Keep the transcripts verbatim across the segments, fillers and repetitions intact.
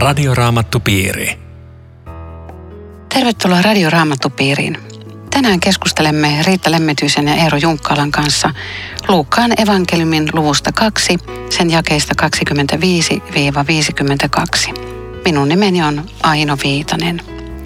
Radioraamattupiiri. Tervetuloa Radioraamattupiiriin. Tänään keskustelemme Riitta Lemmetyisen ja Eero Junkkalan kanssa Luukkaan evankeliumin luvusta kaksi, sen jakeista kaksikymmentäviisi viisikymmentäkaksi. Minun nimeni on Aino Viitanen.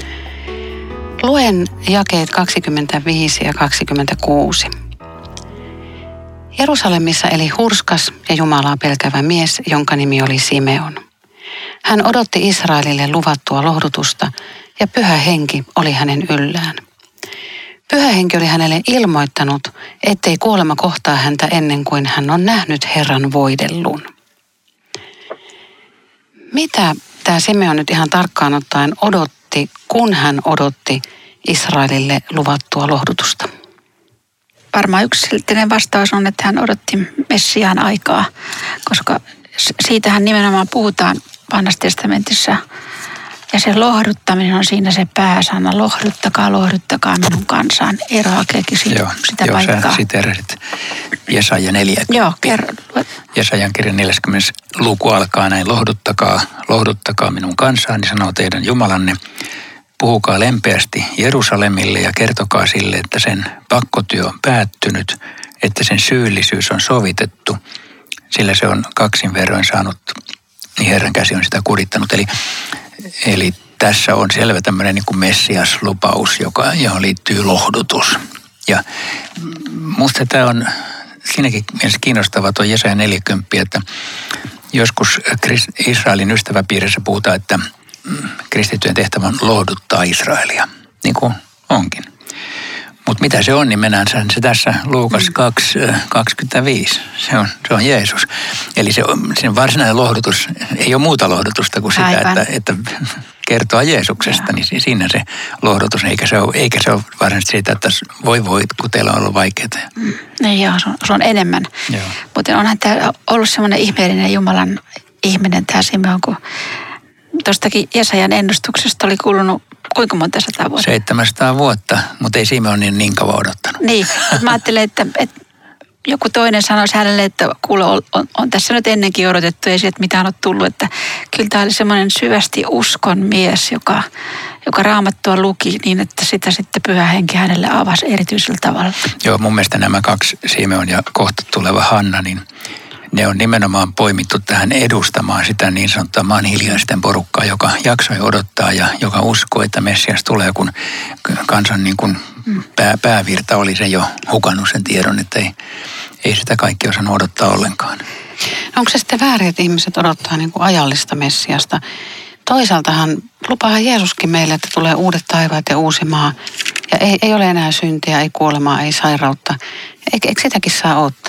Luen jakeet kaksikymmentäviisi ja kaksikymmentäkuusi. Jerusalemissa eli hurskas ja Jumalaa pelkävä mies, jonka nimi oli Simeon. Hän odotti Israelille luvattua lohdutusta ja Pyhä Henki oli hänen yllään. Pyhä Henki oli hänelle ilmoittanut, ettei kuolema kohtaa häntä ennen kuin hän on nähnyt Herran voidellun. Mitä tämä Simeon nyt ihan tarkkaan ottaen odotti, kun hän odotti Israelille luvattua lohdutusta? Varmaan yksiselitteinen vastaus on, että hän odotti Messiaan aikaa, koska siitähän nimenomaan puhutaan Vanhassa testamentissa. Ja se lohduttaminen on siinä se pääsana. Lohduttakaa, lohduttakaa minun kansaan. Eero hakeekin sitä, joo, sitä joo, paikkaa. Joo, sä siteerasit Jesaja neljäkymmentä. Joo, kerro. Jesajan kirjan neljäskymmenes luku alkaa näin. Lohduttakaa, lohduttakaa minun kansaani, sanoo teidän Jumalanne. Puhukaa lempeästi Jerusalemille ja kertokaa sille, että sen pakkotyö on päättynyt, että sen syyllisyys on sovitettu, sillä se on kaksin verroin saanut, niin Herran käsi on sitä kurittanut. Eli, eli tässä on selvä tämmöinen niin kuin Messias-lupaus, joka, johon liittyy lohdutus. Ja musta tämä on siinäkin mielessä kiinnostavaa tuo Jesaja neljäkymmentä, että joskus Israelin ystäväpiirissä puhutaan, että kristittyjen tehtävä on lohduttaa Israelia, niin kuin onkin. Mutta mitä se on, niin mennään se tässä Luukas kaksi kaksikymmentäviisi. Se on, se on Jeesus. Eli se, sen varsinainen lohdutus ei ole muuta lohdutusta kuin sitä, että, että kertoa Jeesuksesta. Ja. Niin siinä se lohdutus, eikä se ole, eikä se ole varsinaisesti siitä, että voi voi, kun teillä on ollut vaikeaa. Mm. No joo, se on, se on enemmän. Mutta onhan tämä ollut semmoinen ihmeellinen Jumalan ihminen tämä Simeon, kun tuostakin Jesajan ennustuksesta oli kulunut kuinka monta sataa vuotta? seitsemänsataa vuotta, mutta ei Simeon niin, niin kauan odottanut. Niin, mä ajattelin, että, että joku toinen sanoisi hänelle, että kuule, on, on, on tässä nyt ennenkin odotettu, ei sieltä mitään ole tullut. Että kyllä tämä oli semmoinen syvästi uskon mies, joka, joka Raamattua luki niin, että sitä sitten Pyhä Henki hänelle avasi erityisellä tavalla. Joo, mun mielestä nämä kaksi, Simeon ja kohta tuleva Hanna, niin ne on nimenomaan poimittu tähän edustamaan sitä niin sanottua maanhiljaisten porukkaa, joka jaksoi odottaa ja joka uskoo, että Messias tulee, kun kansan niin kuin pää, päävirta oli se jo hukannut sen tiedon, että ei, ei sitä kaikki osannut odottaa ollenkaan. Onko se sitten väärin, että ihmiset odottaa niin kuin ajallista Messiasta? Toisaaltahan lupaahan Jeesuskin meille, että tulee uudet taivaat ja uusi maa. Ja ei, ei ole enää syntiä, ei kuolemaa, ei sairautta. Eikö, eikö sitäkin saa odottaa?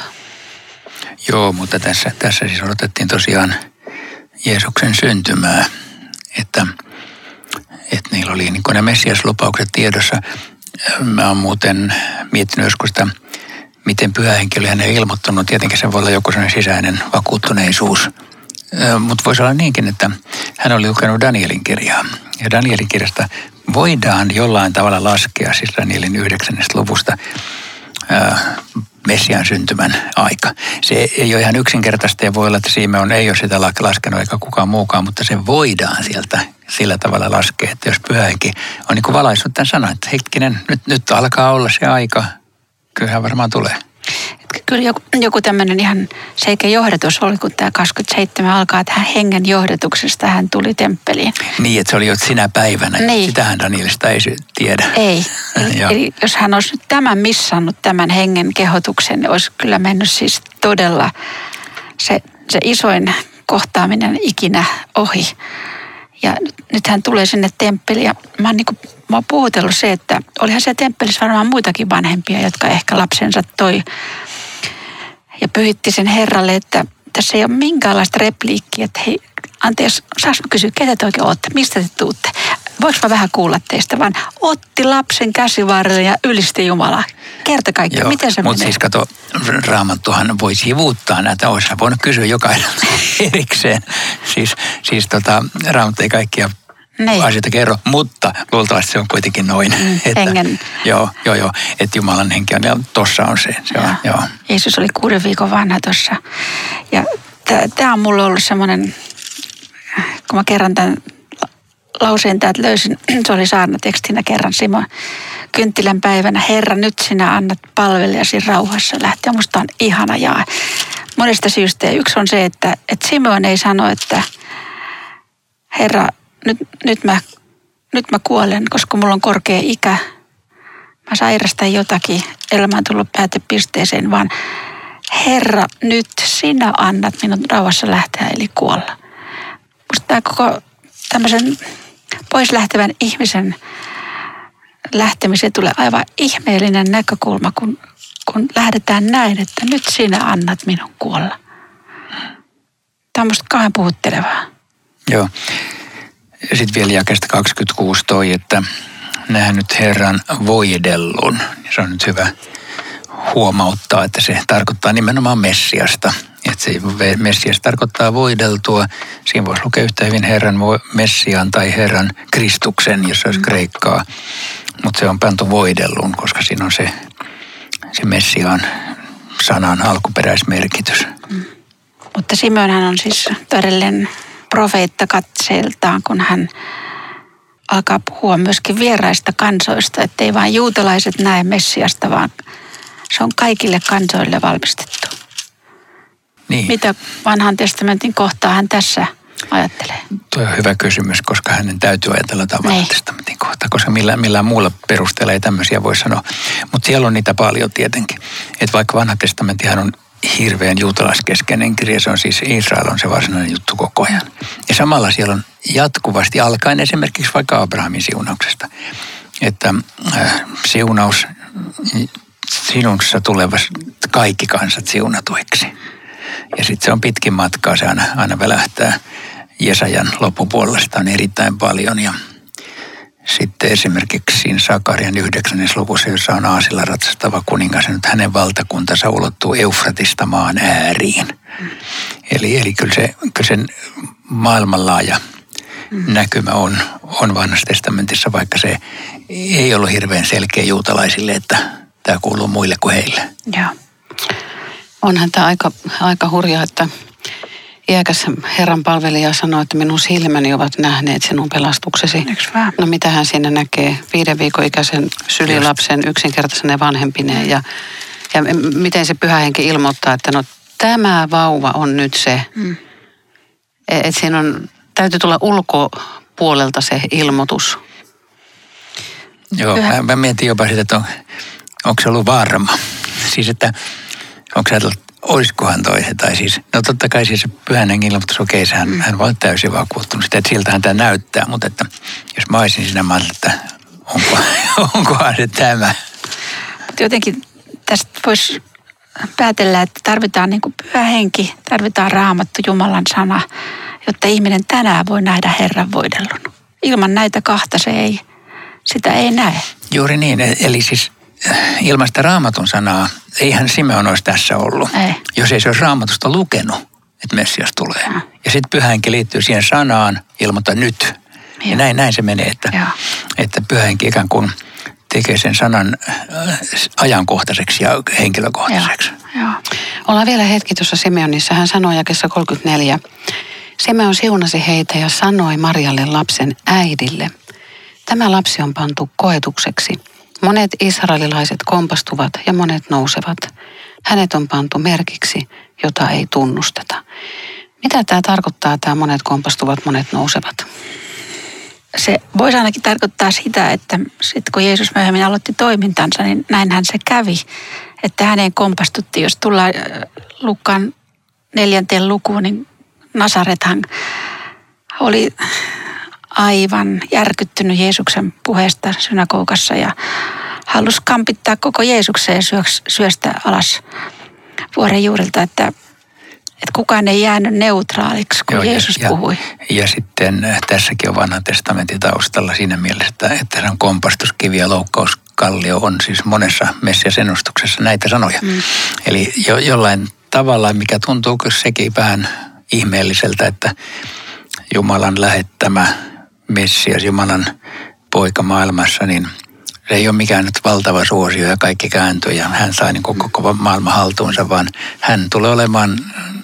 Joo, mutta tässä, tässä siis odotettiin tosiaan Jeesuksen syntymää, että, että niillä oli niin kuin ne Messias-lupaukset tiedossa. Mä oon muuten miettinyt joskus sitä, miten Pyhä Henki oli hänelle ilmoittanut. Tietenkin se voi olla joku sellainen sisäinen vakuuttuneisuus, mutta voisi olla niinkin, että hän oli lukenut Danielin kirjaa. Ja Danielin kirjasta voidaan jollain tavalla laskea, siis Danielin yhdeksännestä luvusta, Messiaan syntymän aika. Se ei ole ihan yksinkertaista ja voi olla, että Simeon ei ole sitä laskenut eikä kukaan muukaan, mutta se voidaan sieltä sillä tavalla laskea, että jos Pyhä Henki on niin kuin valaissut tämän sanan, että hetkinen, nyt, nyt alkaa olla se aika, kyllähän varmaan tulee. Kyllä joku, joku tämmöinen ihan selkeä johdatus oli, kun tämä kaksikymmentäseitsemän alkaa, että hän hengen johdatuksesta hän tuli temppeliin. Niin, että se oli jo sinä päivänä. Niin. Sitähän Danielista ei tiedä. Ei. Eli, eli jos hän olisi nyt tämän missannut, tämän hengen kehotuksen, niin olisi kyllä mennyt siis todella se, se isoin kohtaaminen ikinä ohi. Ja nyt, nyt hän tulee sinne temppeliin ja mä oon, niin kuin, mä oon puhutellut se, että olihan siellä temppelissä varmaan muitakin vanhempia, jotka ehkä lapsensa toi ja pyhitti sen Herralle, että tässä ei ole minkäänlaista repliikkiä, että hei, anteeksi, saanko mä kysyä, ketä te oikein ootte, mistä te tuutte? Voinko mä vähän kuulla teistä, vaan otti lapsen käsivarrelle ja ylisti Jumalaa. Kerta kaikki, joo, miten se mutta menee? siis kato, Raamattuhan voi sivuuttaa näitä, olisi voinut kysyä jokainen erikseen. Siis, siis tota, Raamattu ei kaikkia Nein. asioita kerro, mutta luultavasti se on kuitenkin noin. Mm, että, hengen. Joo, joo, joo, että Jumalan henki on, ja tossa on se. se on, joo. Jeesus oli kuuden viikon vanha tuossa. Ja tämä on mulla ollut semmoinen kun mä kerran tämän lauseen täältä löysin, se oli saarnatekstinä kerran Simon Kynttilän päivänä. Herra, nyt sinä annat palvelijasi rauhassa lähteä. Musta on ihana jaa monesta syystä. Ja yksi on se, että, että Simon ei sano, että Herra, nyt, nyt, mä, nyt mä kuolen, koska mulla on korkea ikä. Mä sairastan jotakin, elämä on tullut päätepisteeseen, vaan Herra, nyt sinä annat minun rauhassa lähteä eli kuolla. Musta tämä koko tämmöisen pois lähtevän ihmisen lähtemiseen tulee aivan ihmeellinen näkökulma, kun, kun lähdetään näin, että nyt sinä annat minun kuolla. Tämä on musta kauhean puhuttelevaa. Joo. Ja sitten vielä jakeesta kaksikymmentäkuusi toi, että nähnyt Herran voidellun. Se on nyt hyvä huomauttaa, että se tarkoittaa nimenomaan Messiasta. Että se Messias tarkoittaa voideltua. Siinä voisi lukea yhtä hyvin Herran Messiaan tai Herran Kristuksen, jos olisi kreikkaa. Mutta se on pantu voidellun, koska siinä on se, se Messiaan sanan alkuperäismerkitys. Mm. Mutta Simeonhan on siis todellinen profeetta katseeltaan, kun hän alkaa puhua myöskin vieraista kansoista, ettei vain juutalaiset näe Messiasta, vaan se on kaikille kansoille valmistettu. Niin. Mitä vanhan testamentin kohtaa hän tässä ajattelee? Tuo on hyvä kysymys, koska hänen täytyy ajatella tämän vanhan testamentin kohtaa, koska millään, millään muulla perusteella ei tämmöisiä voi sanoa. Mutta siellä on niitä paljon tietenkin. Että vaikka vanha testamenttihan on hirveän juutalaiskeskeinen kirja, se on siis Israel on se varsinainen juttu koko ajan. Ja samalla siellä on jatkuvasti alkaen esimerkiksi vaikka Abrahamin siunauksesta, että äh, siunaus sinussa tulevas kaikki kansat siunatuiksi. Ja sitten se on pitkin matkaa, se aina, aina välähtää Jesajan loppupuolella, sitä on erittäin paljon. Ja sitten esimerkiksi siinä Sakarian yhdeksännessä luvussa, jossa on aasilla ratsastava kuningas, nyt hänen valtakuntansa ulottuu Eufratista maan ääriin. Mm. Eli, eli kyllä se, kyllä se maailmanlaaja mm. näkymä on, on vanhassa testamentissa, vaikka se ei ollut hirveän selkeä juutalaisille, että tämä kuuluu muille kuin heille. Joo. Onhan tämä aika, aika hurjaa, että iäkäs Herran palvelija sanoi, että minun silmäni ovat nähneet sinun pelastuksesi. No mitä hän siinä näkee? Viiden viikon ikäisen sylilapsen yksinkertaisen vanhempineen. Ja, ja miten se Pyhä Henki ilmoittaa, että no tämä vauva on nyt se. Mm. Että siinä on, täytyy tulla ulkopuolelta se ilmoitus. Joo, mä, mä mietin jopa sitä, että on, onko se ollut varma. Siis että onko se ajatellut, olisikohan toise, tai siis, no totta kai siis se Pyhän Hengen ilmoitus, okei, okay, hän, hän voi täysin vakuuttunut sitä, että siltähän tämä näyttää, mutta että jos mä olisin siinä mä että onko, onkohan se tämä. Mutta jotenkin tästä voisi päätellä, että tarvitaan niin kuin Pyhä Henki, tarvitaan Raamattu, Jumalan sana, jotta ihminen tänään voi nähdä Herran voidellun. Ilman näitä kahta se ei, sitä ei näe. Juuri niin, eli siis ilman sitä Raamatun sanaa, eihän Simeon olisi tässä ollut, ei. Jos ei se olisi Raamatusta lukenut, että Messias tulee. Ja, ja sitten Pyhä Henki liittyy siihen sanaan, ilmoita nyt. Ja, ja näin, näin se menee, että, että Pyhä Henki ikään kuin tekee sen sanan ajankohtaiseksi ja henkilökohtaiseksi. Ja, ja. Ollaan vielä hetki tuossa Simeonissa. Hän sanoi jakessa kolmekymmentäneljä. Simeon siunasi heitä ja sanoi Marjalle lapsen äidille. Tämä lapsi on pantu koetukseksi. Monet israelilaiset kompastuvat ja monet nousevat. Hänet on pantu merkiksi, jota ei tunnusteta. Mitä tämä tarkoittaa, tämä monet kompastuvat, monet nousevat? Se voisi ainakin tarkoittaa sitä, että sitten kun Jeesus myöhemmin aloitti toimintansa, niin näinhän se kävi, että häneen kompastuttiin. Jos tullaan Luukkaan neljänteen lukuun, niin Nasarethan oli aivan järkyttynyt Jeesuksen puheesta synagogassa ja halusi kampittaa koko Jeesuksen ja syöstä alas vuoren juurilta, että, että kukaan ei jäänyt neutraaliksi, kun Joo, Jeesus ja, puhui. Ja, ja sitten tässäkin on vanhan testamentin taustalla siinä mielessä, että, että se on kompastuskivi ja loukkauskallio on siis monessa Messias-ennustuksessa näitä sanoja. Mm. Eli jo, jollain tavalla, mikä tuntuu sekin vähän ihmeelliseltä, että Jumalan lähettämä Messias, Jumalan poika maailmassa, niin se ei ole mikään nyt valtava suosio ja kaikki kääntyy ja hän sai niin koko, koko maailman haltuunsa, vaan hän tulee olemaan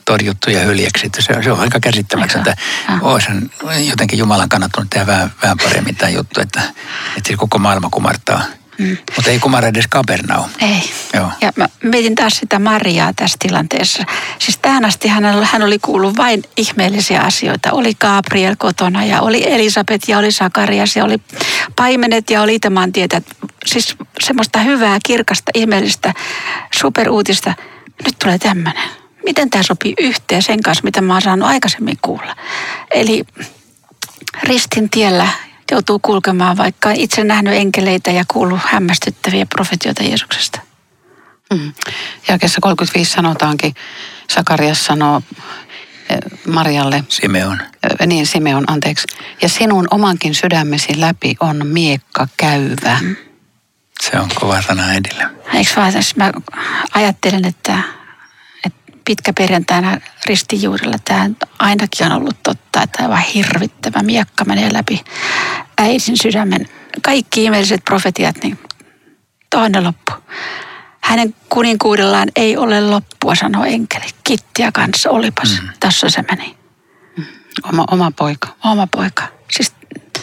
torjuttu ja hyljeksitty. Se, se on aika käsittämätöntä. Oishan jotenkin Jumalan kannattanut tehdä vähän, vähän paremmin tämä juttu, että, että siis koko maailma kumartaa. Mm. Mutta ei kumarra edes Kapernaum. Ei. Joo. Ja mä mietin taas sitä Mariaa tässä tilanteessa. Siis tähän asti hän, hän oli kuullut vain ihmeellisiä asioita. Oli Gabriel kotona ja oli Elisabet ja oli Sakarias ja oli paimenet ja oli Itemaantietä. Siis semmoista hyvää, kirkasta, ihmeellistä, superuutista. Nyt tulee tämmöinen. Miten tämä sopii yhteen sen kanssa, mitä mä oon saanut aikaisemmin kuulla? Eli ristin tiellä joutuu kulkemaan, vaikka itse nähnyt enkeleitä ja kuullut hämmästyttäviä profetioita Jeesuksesta. Mm. Jakeessa kolmekymmentäviisi sanotaankin, Sakarias sanoo Marialle. Simeon. Niin, Simeon, anteeksi. Ja sinun omankin sydämesi läpi on miekka käyvä. Mm. Se on kova sana äidille. Eikö vaan, mä ajattelen, että, että pitkä perjantaina ristijuurilla tämä ainakin on ollut totta, että tämä hirvittävä miekka menee läpi äidin sydämen. Kaikki ihmeelliset profetiat, niin toinen loppu. Hänen kuninkuudellaan ei ole loppua, sanoo enkeli. Kittiä kanssa, olipas. Mm. Tässä se meni. Mm. Oma, oma poika. Oma poika. Siis,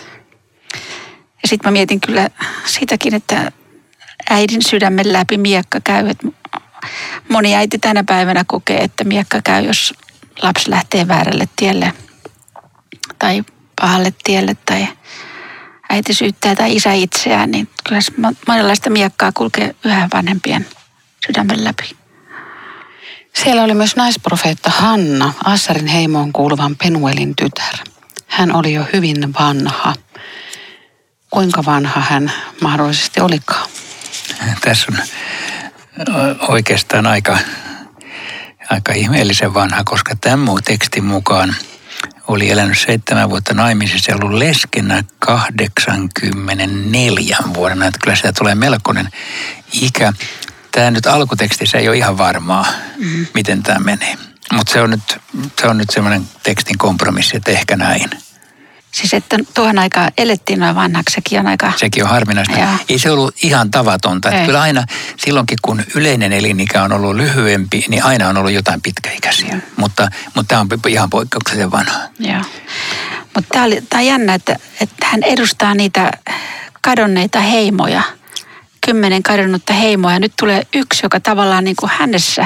ja sitten mä mietin kyllä siitäkin, että äidin sydämen läpi miekka käy. Että moni äiti tänä päivänä kokee, että miekka käy, jos lapsi lähtee väärälle tielle tai pahalle tielle tai äiti syyttää tai isä itseään, niin kyllä monenlaista miekkaa kulkee yhä vanhempien sydämen läpi. Siellä oli myös naisprofeetta Hanna, Assarin heimoon kuuluvan Penuelin tytär. Hän oli jo hyvin vanha. Kuinka vanha hän mahdollisesti olikaan? Tässä on oikeastaan aika, aika ihmeellisen vanha, koska tämän muun tekstin mukaan oli elänyt seitsemän vuotta naimisissa ja ollut leskenä kahdeksankymmentäneljä vuonna. Että kyllä sitä tulee melkoinen ikä. Tämä nyt alkutekstissä ei ole ihan varmaa, mm. miten tämä menee. Mutta se on nyt, se on nyt semmoinen tekstin kompromissi, että ehkä näin. Siis että tuohon aikaan elettiin noin vanhaksi, sekin on aika... Sekin on harvinaista. Ja. Ei se ollut ihan tavatonta. Että kyllä aina silloinkin, kun yleinen elinikä on ollut lyhyempi, niin aina on ollut jotain pitkäikäisiä. Mm. Mutta, mutta tämä on ihan poikkeuksellisen vanha. Joo. Mutta tämä, tämä on jännä, että, että hän edustaa niitä kadonneita heimoja. Kymmenen kadonnutta heimoa. Ja nyt tulee yksi, joka tavallaan niin kuin hänessä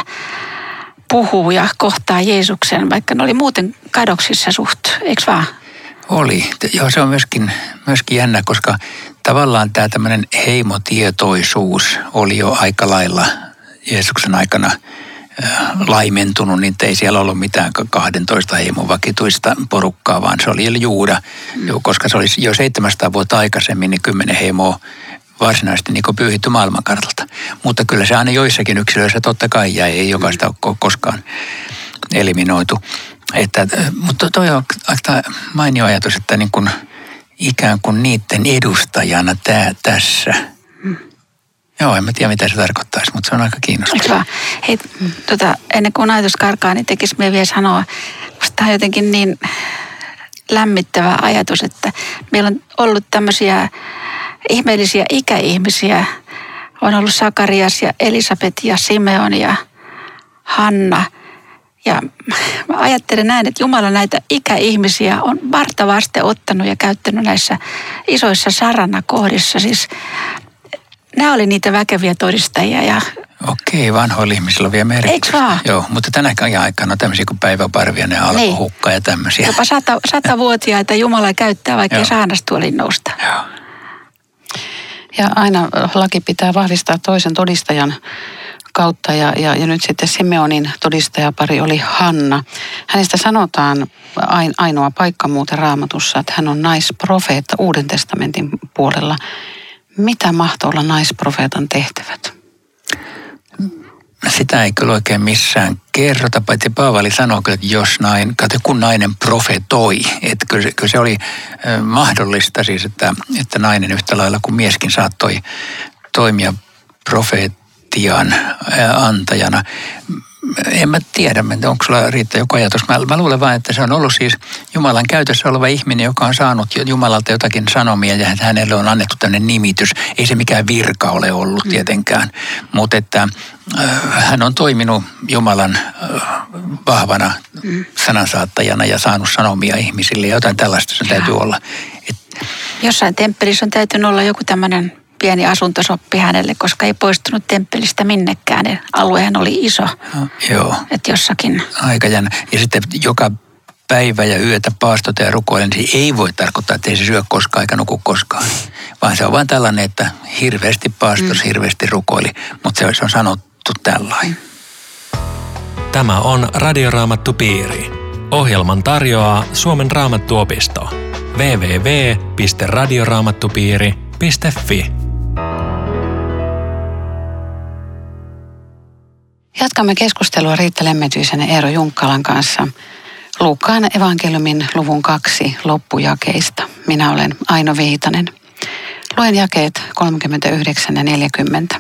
puhuu ja kohtaa Jeesuksen, vaikka ne oli muuten kadoksissa suht. Eikö vaan? Oli. Joo, se on myöskin, myöskin jännä, koska tavallaan tämä tämmöinen heimotietoisuus oli jo aika lailla Jeesuksen aikana äh, laimentunut, niin ei siellä ollut mitään kahdentoista heimon vakituista porukkaa, vaan se oli Juuda, mm. koska se oli jo seitsemänsataa vuotta aikaisemmin, niin kymmenen heimoa varsinaisesti niin pyyhitty maailmankartalta. Mutta kyllä se aina joissakin yksilöissä totta kai jäi, ei jokaista ole koskaan eliminoitu. Että, mutta toi on aika mainio ajatus, että niin kuin ikään kuin niiden edustajana tää, tässä. Mm. Joo, en mä tiedä mitä se tarkoittaisi, mutta se on aika kiinnostavaa. Hei, tota, ennen kuin ajatus karkaa, niin tekisi me vielä sanoa, musta tämä on jotenkin niin lämmittävä ajatus, että meillä on ollut tämmöisiä ihmeellisiä ikäihmisiä. On ollut Sakarias ja Elisabet ja Simeon ja Hanna. Ja mä ajattelen näin, että Jumala näitä ikäihmisiä on vartavasti ottanut ja käyttänyt näissä isoissa saranakohdissa. Siis nämä oli niitä väkeviä todistajia. Ja... Okei, vanhoilla ihmisillä on vielä merkitystä. Eikö vaan? Joo, mutta tänä aikana on tämmöisiä kuin Päivä Parviainen ja Alkohukka niin. Ja tämmöisiä. Jopa sata, satavuotiaita Jumala käyttää, vaikka ei saanastuoliin nousta. Joo. Ja aina laki pitää vahvistaa toisen todistajan kautta ja, ja, ja nyt sitten Simeonin todistajapari oli Hanna. Hänestä sanotaan ainoa paikka muuten Raamatussa, että hän on naisprofeetta Uuden testamentin puolella. Mitä mahtoi olla naisprofeetan tehtävät? Sitä ei kyllä oikein missään kerrota, paitsi Paavali sanoo kyllä, että jos nainen, kun nainen profetoi, että kyllä, kyllä se oli mahdollista siis, että, että nainen yhtä lailla kuin mieskin saattoi toimia profeettian antajana. en mä tiedä, onko sulla Riitta joku ajatus. Mä, mä luulen vain, että se on ollut siis Jumalan käytössä oleva ihminen, joka on saanut Jumalalta jotakin sanomia ja hänelle on annettu tämmöinen nimitys. Ei se mikään virka ole ollut tietenkään, mm. mutta että äh, hän on toiminut Jumalan äh, vahvana mm. sanansaattajana ja saanut sanomia ihmisille ja jotain tällaista sen täytyy olla. Et, Jossain temppelissä on täytynyt olla joku tämmöinen pieni asuntosoppi hänelle, koska ei poistunut temppelistä minnekään. Aluehan oli iso. No, joo. Että jossakin. Aika jännä. Ja sitten joka päivä ja yötä paastota ja rukoilla, niin se ei voi tarkoittaa, että ei se syö koskaan eikä nuku koskaan. Vaan se on vain tällainen, että hirveästi paastos, mm. hirveästi rukoili. Mutta se on sanottu tällainen. Tämä on Radioraamattupiiri. Ohjelman tarjoaa Suomen Raamattuopisto. double-u double-u double-u piste radioraamattupiiri piste fi. Jatkamme keskustelua Riitta Lemmetyisen ja Eero Junkkalan kanssa Luukkaan evankeliumin luvun kaksi loppujakeista. Minä olen Aino Viitanen. Luen jakeet kolmekymmentäyhdeksän ja neljäkymmentä.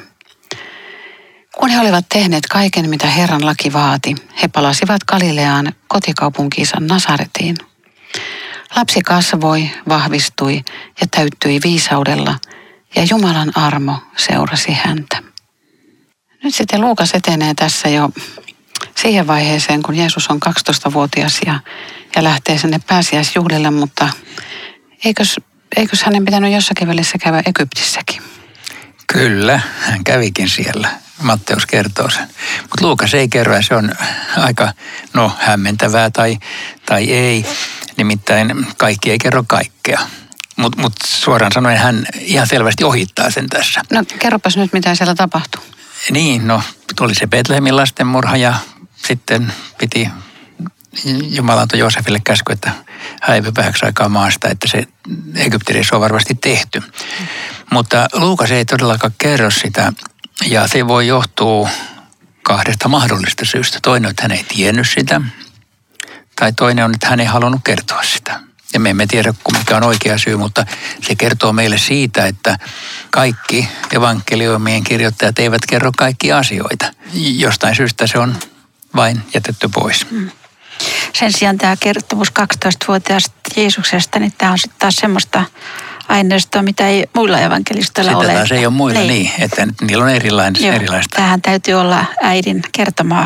Kun he olivat tehneet kaiken, mitä Herran laki vaati, he palasivat Galileaan kotikaupunkiinsa Nasaretiin. Lapsi kasvoi, vahvistui ja täyttyi viisaudella, ja Jumalan armo seurasi häntä. Nyt sitten Luukas etenee tässä jo siihen vaiheeseen, kun Jeesus on kaksitoistavuotias ja, ja lähtee sinne pääsiäisjuhlille, mutta eikös, eikös hänen pitänyt jossakin välissä käydä Egyptissäkin? Kyllä, hän kävikin siellä. Matteus kertoo sen. Mutta Luukas ei kerro, ja se on aika no, hämmentävää tai, tai ei. Nimittäin kaikki ei kerro kaikkea. Mutta mut suoraan sanoen hän ihan selvästi ohittaa sen tässä. No kerropas nyt, mitä siellä tapahtui. Niin, no tuli se Betlehemin lastenmurha ja sitten piti Jumala antoi Joosefille käsky, että häivy vähäksi aikaa maasta, että se Egyptireissu on varmasti tehty. Mm. Mutta Luukas ei todellakaan kerro sitä ja se voi johtua kahdesta mahdollista syystä. Toinen on, että hän ei tiennyt sitä tai toinen on, että hän ei halunnut kertoa sitä. Ja me emme tiedä, mikä on oikea syy, mutta se kertoo meille siitä, että kaikki evankeliumien kirjoittajat eivät kerro kaikkia asioita. Jostain syystä se on vain jätetty pois. Mm. Sen sijaan tämä kertomus kaksitoistavuotiaasta Jeesuksesta, niin tämä on sitten taas semmoista aineistoa, mitä ei muilla evankelistoilla sitä ole. Sitä taas ei ole muilla, niin, niin että niillä on erilainen, Joo, erilaista. Tähän täytyy olla äidin kertomaa.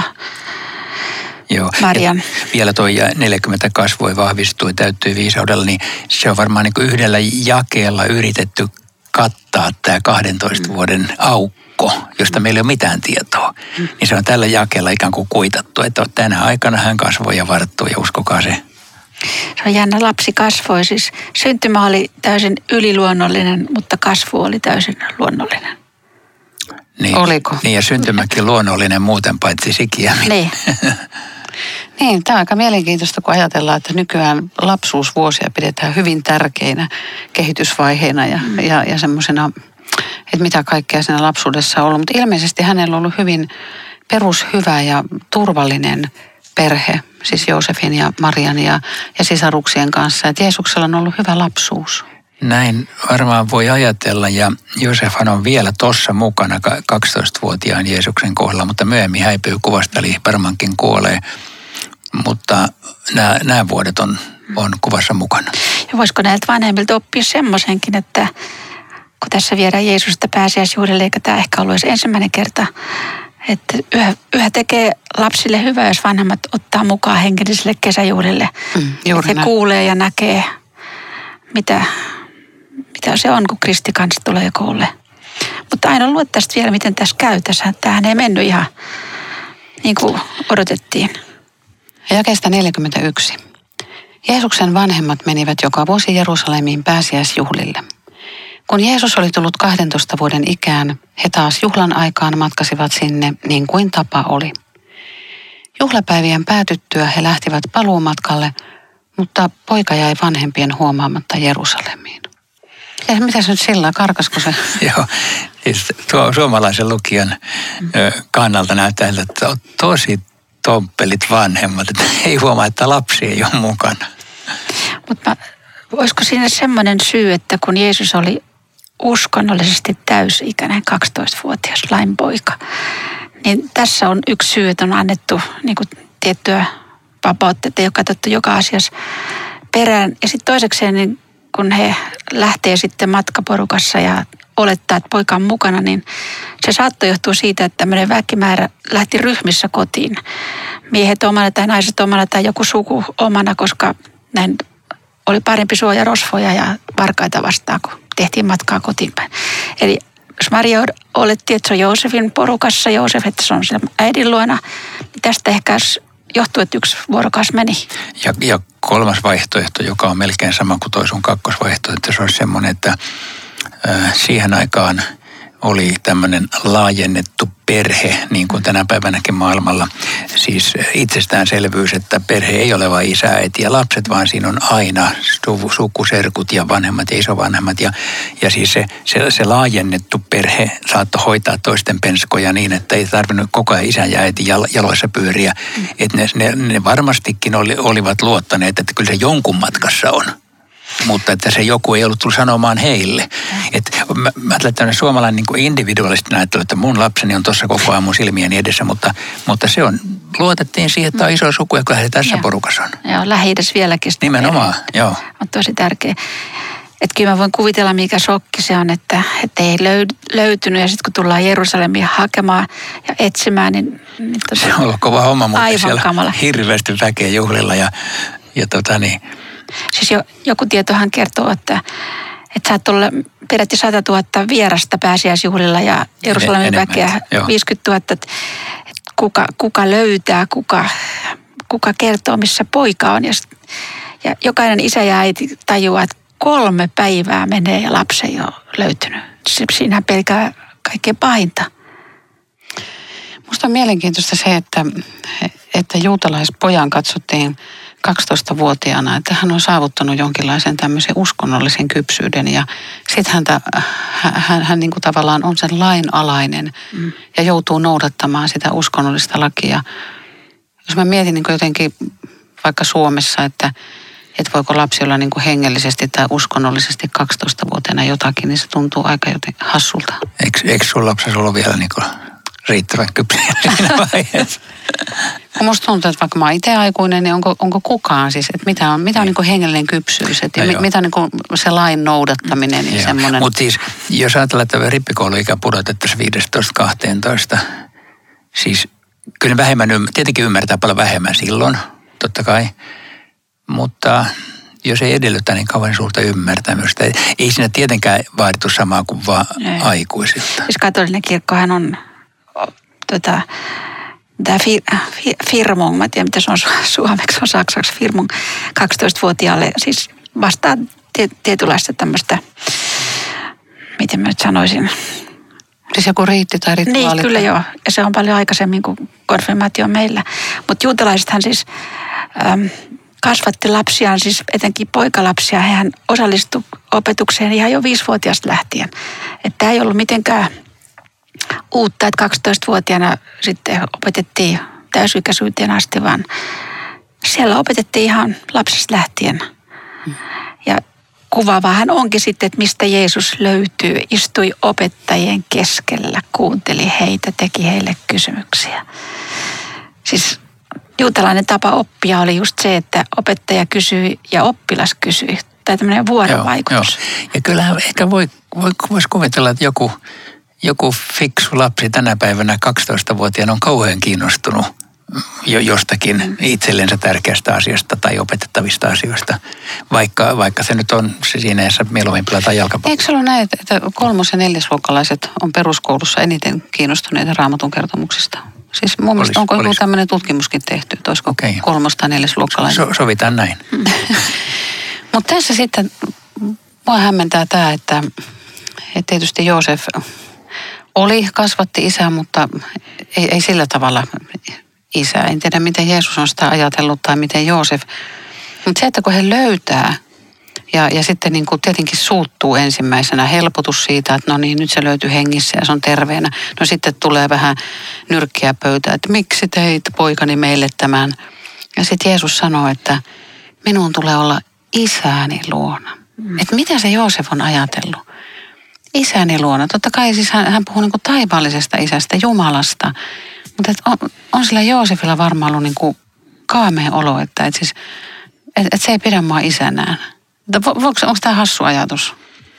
Joo. Marian. Vielä tuo neljäkymmentä kasvoi, vahvistui, täyttyi viisaudella, niin se on varmaan niin kuin yhdellä jakeella yritetty kattaa tämä kahdentoista vuoden aukko, josta meillä ei ole mitään tietoa. Mm. Niin se on tällä jakeella ikään kuin kuitattu, että tänä aikana hän kasvoi ja varttui ja uskokaa se. Se on jännä, lapsi kasvoi. Siis syntymä oli täysin yliluonnollinen, mutta kasvu oli täysin luonnollinen. Niin, Oliko? Niin ja syntymäkin luonnollinen muuten paitsi sikiä. Niin. Niin, tämä on aika mielenkiintoista, kun ajatellaan, että nykyään lapsuusvuosia pidetään hyvin tärkeinä kehitysvaiheina ja, mm. ja, ja semmoisena, että mitä kaikkea siinä lapsuudessa on ollut. Mutta ilmeisesti hänellä on ollut hyvin perushyvä ja turvallinen perhe, siis Joosefin ja Marian ja, ja sisaruksien kanssa. Että Jeesuksella on ollut hyvä lapsuus. Näin varmaan voi ajatella, ja Joosefhan on vielä tuossa mukana kaksitoistavuotiaan Jeesuksen kohdalla, mutta myöhemmin häipyy kuvasta, eli varmaankin kuolee. Mutta nämä, nämä vuodet on, on kuvassa mukana. Ja voisiko näiltä vanhemmilta oppia semmoisenkin, että kun tässä viedään Jeesusta pääsiäisjuhlille, eikä tämä ehkä ollut ensimmäinen kerta, että yhä, yhä tekee lapsille hyvää, jos vanhemmat ottaa mukaan hengellisille kesäjuhlille. Mm, he näin. Kuulee ja näkee, mitä... mitä se on, kun Kristi kanssa tulee koolle. Mutta aina lue tästä vielä, miten tässä käy. Tämähän ei mennyt ihan niin kuin odotettiin. Jakeesta neljäkymmentäyksi. Jeesuksen vanhemmat menivät joka vuosi Jerusalemiin pääsiäisjuhlille. Kun Jeesus oli tullut kahdentoista vuoden ikään, he taas juhlan aikaan matkasivat sinne niin kuin tapa oli. Juhlapäivien päätyttyä he lähtivät paluumatkalle, mutta poika jäi vanhempien huomaamatta Jerusalemiin. Ja mitä se nyt sillä karkasko se? Joo, siis suomalaisen lukijan mm. kannalta näyttää, että on tosi tomppelit vanhemmat, että ei huomaa, että lapsi ei ole mukana. Mutta olisiko siinä semmoinen syy, että kun Jeesus oli uskonnollisesti täysi-ikäinen kaksitoistavuotias lainpoika, Niin tässä on yksi syy, että on annettu niin kuin tiettyä vapautta, että ei ole katsottu joka asiassa perään. Ja sitten toisekseen, niin kun he lähtee sitten matkaporukassa ja olettaa, että poika on mukana, niin se saattoi johtua siitä, että tämmöinen väkimäärä lähti ryhmissä kotiin. Miehet omana tai naiset omana tai joku suku omana, koska näin oli parempi suoja rosvoja ja varkaita vastaan, kun tehtiin matkaa kotiin päin. Eli jos Maria oletti, että se on Joosefin porukassa, Joosef, että se on siellä äidin luona, niin tästä ehkä johtuu, että yksi vuorokaus meni. Ja, ja kolmas vaihtoehto, joka on melkein sama kuin toi sun kakkosvaihtoehto, se olisi semmoinen, että äh, siihen aikaan oli tämmöinen laajennettu perhe, niin kuin tänä päivänäkin maailmalla. Siis itsestäänselvyys, että perhe ei ole vain isä, äiti ja lapset, vaan siinä on aina sukuserkut ja vanhemmat ja isovanhemmat. Ja, ja siis se, se, se laajennettu perhe saattoi hoitaa toisten penskoja niin, että ei tarvinnut koko ajan isän ja äitin jaloissa pyöriä. Mm. Että ne, ne, ne varmastikin oli, olivat luottaneet, että kyllä se jonkun matkassa on. Mutta että se joku ei ollut tullut sanomaan heille. Että mä, mä ajattelen, että suomalainen niin kuin individualistinen ajattelu, että mun lapseni on tuossa koko ajan mun silmieni edessä, mutta, mutta se on, luotettiin siihen, että on iso suku ja kyllä se tässä joo. porukassa on. Joo, Lähi-idässä vieläkin. Nimenomaan, eri. Joo. On tosi tärkeä. Että kyllä mä voin kuvitella, mikä shokki se on, että, että ei löytynyt ja sitten kun tullaan Jerusalemiin hakemaan ja etsimään, niin... niin tosi, se on ollut kova homma, mutta siellä kamala. Hirveästi väkeä juhlilla ja, ja tota niin... Siis jo, joku tietohan kertoo, että, että saat olla peräti sata tuhatta vierasta pääsiäisjuhlilla ja Jerusalemin väkeä viisikymmentätuhatta. Että kuka, kuka löytää, kuka, kuka kertoo, missä poika on. Ja, ja jokainen isä ja äiti tajuaa, että kolme päivää menee ja lapsi ei ole löytynyt. Siinähän pelkää kaikkein pahinta. Musta on mielenkiintoista se, että, että juutalaispojan katsottiin kaksitoistavuotiaana, että hän on saavuttanut jonkinlaisen tämmöisen uskonnollisen kypsyyden ja sitten häntä, hän, hän niin kuin tavallaan on sen lainalainen mm. ja joutuu noudattamaan sitä uskonnollista lakia. Jos mä mietin niin kuin jotenkin vaikka Suomessa, että, että voiko lapsi olla niin kuin hengellisesti tai uskonnollisesti kaksitoistavuotiaana jotakin, niin se tuntuu aika joten hassulta. Eikö, eikö sun lapsesi ollut vielä niin kuin riittävän kypsiä siinä vaiheessa? Musta tuntuu, että vaikka mä oon itse aikuinen, niin onko, onko kukaan siis, että mitä on, mitä on niin kuin hengellinen kypsyys, että no mitä on niin kuin se lain noudattaminen ja semmoinen. Mutta siis, jos ajatellaan, että rippikouluikä pudotettaisiin viidestoista kahteentoista, siis kyllä vähemmän, tietenkin ymmärtää paljon vähemmän silloin, totta kai, mutta jos ei edellytä niin kauan suurta ymmärtämystä, ei siinä tietenkään vaadittu samaa kuin vaan ei. Aikuisilta. Siis katolinen kirkkohan on tota, tämä fir, fir, firmung, mä en tiedä mitä se on suomeksi, on saksaksi firmung, kaksitoistavuotiaalle siis vastaa tietynlaista tämmöistä, miten mä nyt sanoisin. Siis joku riitti tai rituaali. Niin, kyllä joo. Ja se on paljon aikaisemmin kuin konfirmaatio meillä. Mutta juutalaisethan siis äm, kasvatti lapsiaan, siis etenkin poikalapsia. Hehän osallistu opetukseen ihan jo viisivuotiaasta lähtien. Että tämä ei ollut mitenkään uutta, että kaksitoistavuotiaana sitten opetettiin täysikäisyyteen asti, vaan siellä opetettiin ihan lapsesta lähtien. Ja kuvaavahan onkin sitten, että mistä Jeesus löytyy. Istui opettajien keskellä, kuunteli heitä, teki heille kysymyksiä. Siis juutalainen tapa oppia oli just se, että opettaja kysyi ja oppilas kysyi. Tai tämmöinen vuorovaikutus. Joo, joo. Ja kyllähän ehkä voi, voi, voisi kuvitella, että joku, joku fiksu lapsi tänä päivänä kaksitoistavuotiaana on kauhean kiinnostunut jo jostakin itsellensä tärkeästä asiasta tai opetettavista asioista, vaikka, vaikka se nyt on se siinä jässä mieluummin pelata jalkapalloa. Eikö se ole näin, että kolmos- ja neljäsluokkalaiset on peruskoulussa eniten kiinnostuneita Raamatun kertomuksista? Siis mun mielestä onko joku tämmöinen tutkimuskin tehty, että olisiko okay. kolmos- tai neljäsluokkalainen? So, sovitaan näin. Mutta tässä sitten mua hämmentää tämä, että, että tietysti Joosef oli, kasvatti isää, mutta ei, ei sillä tavalla isä. En tiedä, miten Jeesus on sitä ajatellut tai miten Joosef. Mutta se, että kun he löytää ja, ja sitten niin kuin tietenkin suuttuu ensimmäisenä helpotus siitä, että no niin, nyt se löytyy hengissä ja se on terveenä. No sitten tulee vähän nyrkkiä pöytään, että miksi teit poikani meille tämän. Ja sitten Jeesus sanoo, että minun tulee olla isäni luona. Mm. Että mitä se Joosef on ajatellut? isäni luona. Totta kai siis hän, hän puhuu niin kuin taivaallisesta isästä, Jumalasta. Mutta on, on sillä Joosefilla varmaan ollut niin kuin kaamea olo, että et siis, et, et se ei pidä mua isänään. Onko tämä hassu ajatus?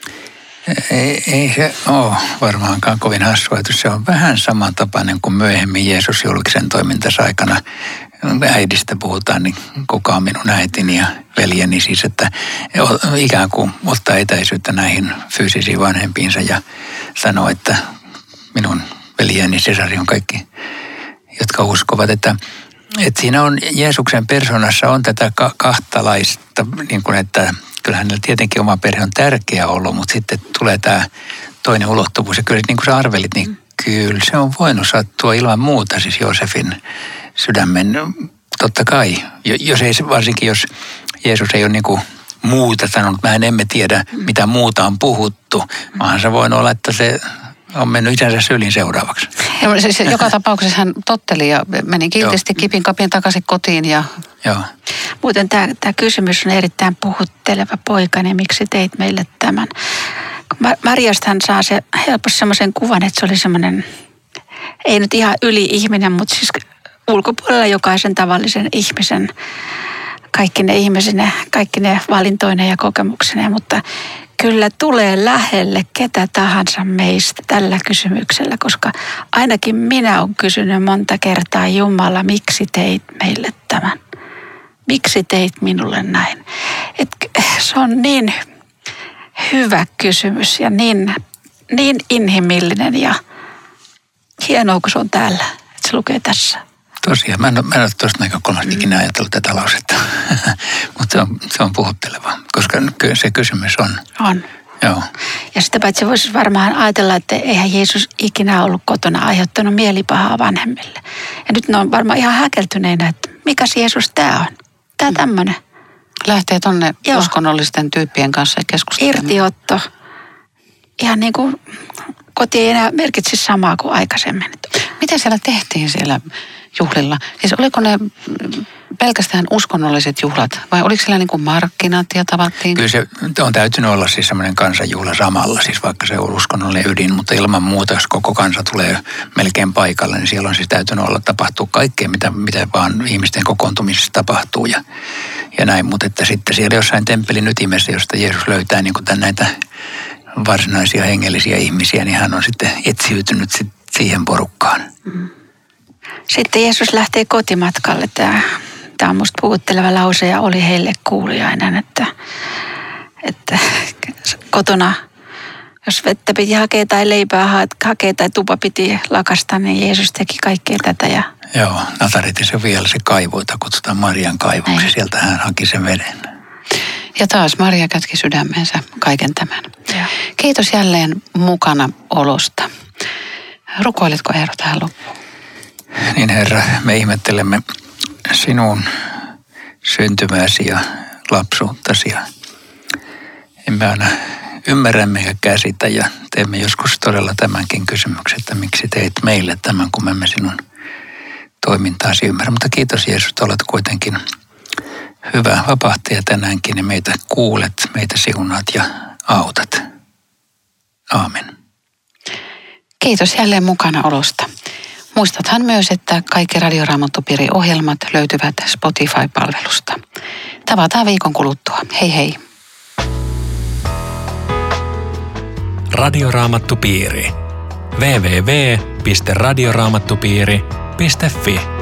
Ei, ei se ole varmaankaan kovin hassu ajatus. Se on vähän samantapainen kuin myöhemmin Jeesus julkisen toimintansa aikana. Äidistä puhutaan, niin kuka on minun äitini ja veljeni siis, että ikään kuin ottaa etäisyyttä näihin fyysisiin vanhempiinsa ja sanoo, että minun veljeni, sisari on kaikki, jotka uskovat, että, että siinä on Jeesuksen persoonassa on tätä kahtalaista, niin kuin että kyllä hänellä tietenkin oma perhe on tärkeä ollut, mutta sitten tulee tämä toinen ulottuvuus ja kyllä niin kuin sä arvelit, niin kyllä se on voinut sattua ilman muuta siis Joosefin sydämen, totta kai, jos ei, varsinkin jos Jeesus ei ole niin kuin muuta sanonut, mehän emme tiedä, mitä muuta on puhuttu, vaan se voi olla, että se on mennyt isänsä syliin seuraavaksi. Ja siis joka tapauksessa hän totteli ja meni kiltisti kipin kapin takaisin kotiin. Ja... Joo. Muuten tämä, tämä kysymys on erittäin puhutteleva, poikani, miksi teit meille tämän? Mariastahan saa se helposti semmoisen kuvan, että se oli semmoinen, ei nyt ihan yli-ihminen, mutta siis ulkopuolella jokaisen tavallisen ihmisen, kaikki ne ihmisinä, kaikki ne valintoineen ja kokemuksineen, mutta kyllä tulee lähelle ketä tahansa meistä tällä kysymyksellä, koska ainakin minä olen kysynyt monta kertaa, Jumala, miksi teit meille tämän? Miksi teit minulle näin? Et se on niin hyvä kysymys ja niin, niin inhimillinen ja hienoa, kun se on täällä, että se lukee tässä. Tosiaan, mä en, mä en ole tuosta näkökulmasta ikinä ajatellut tätä lausetta, mutta se on, se on puhutteleva, koska se kysymys on. On. Joo. Ja sitä paitsi voisi varmaan ajatella, että eihän Jeesus ikinä ollut kotona aiheuttanut mielipahaa vanhemmille. Ja nyt ne on varmaan ihan häkeltyneinä, että mikäs Jeesus tämä on? Tämä tämmöinen. Lähtee tonne Joo. uskonnollisten tyyppien kanssa keskustelemaan. Irtiotto. Ihan niin kuin koti ei enää merkitsisi samaa kuin aikaisemmin. Miten siellä tehtiin siellä juhlilla? Siis oliko ne pelkästään uskonnolliset juhlat vai oliko siellä niin kuin markkinat ja tavattiin? Kyllä se on täytynyt olla siis semmoinen kansanjuhla samalla, siis vaikka se on uskonnollinen ydin, mutta ilman muuta, jos koko kansa tulee melkein paikalle, niin siellä on siis täytynyt olla tapahtuu kaikkea, mitä, mitä vaan ihmisten kokoontumisessa tapahtuu ja, ja näin. Mutta että sitten siellä jossain temppelin ytimessä, josta Jeesus löytää niin kuin tämän näitä varsinaisia hengellisiä ihmisiä, niin hän on sitten etsiytynyt sit siihen porukkaan. Sitten Jeesus lähtee kotimatkalle. Tämä, tämä on musta puhutteleva lause ja oli heille kuulijainen, että, että kotona, jos vettä piti hakea tai leipää hakea tai tupa piti lakasta, niin Jeesus teki kaikkea tätä. Ja... Joo, Nasaretissa on vielä se kaivo, jota kutsutaan Marian kaivoksi. Ei. Sieltä hän haki sen veden. Ja taas Maria kätki sydämensä kaiken tämän. Ja. Kiitos jälleen mukana olosta. Rukoilitko Eero tähän loppuun? Niin Herra, me ihmettelemme sinun syntymäsi ja lapsuuttasi ja emme aina ymmärrä eikä käsitä ja teemme joskus todella tämänkin kysymyksen, että miksi teit meille tämän, kun me emme sinun toimintaasi ymmärrä. Mutta kiitos Jeesus, että olet kuitenkin hyvä vapahtaja tänäänkin ja meitä kuulet, meitä siunaat ja autat. Aamen. Kiitos jälleen mukana olosta. Muistathan myös, että kaikki Radioraamattupiiri-ohjelmat löytyvät Spotify-palvelusta. Tavataan viikon kuluttua. Hei hei. Radioraamattupiiri. double-u double-u double-u piste radioraamattupiiri piste fi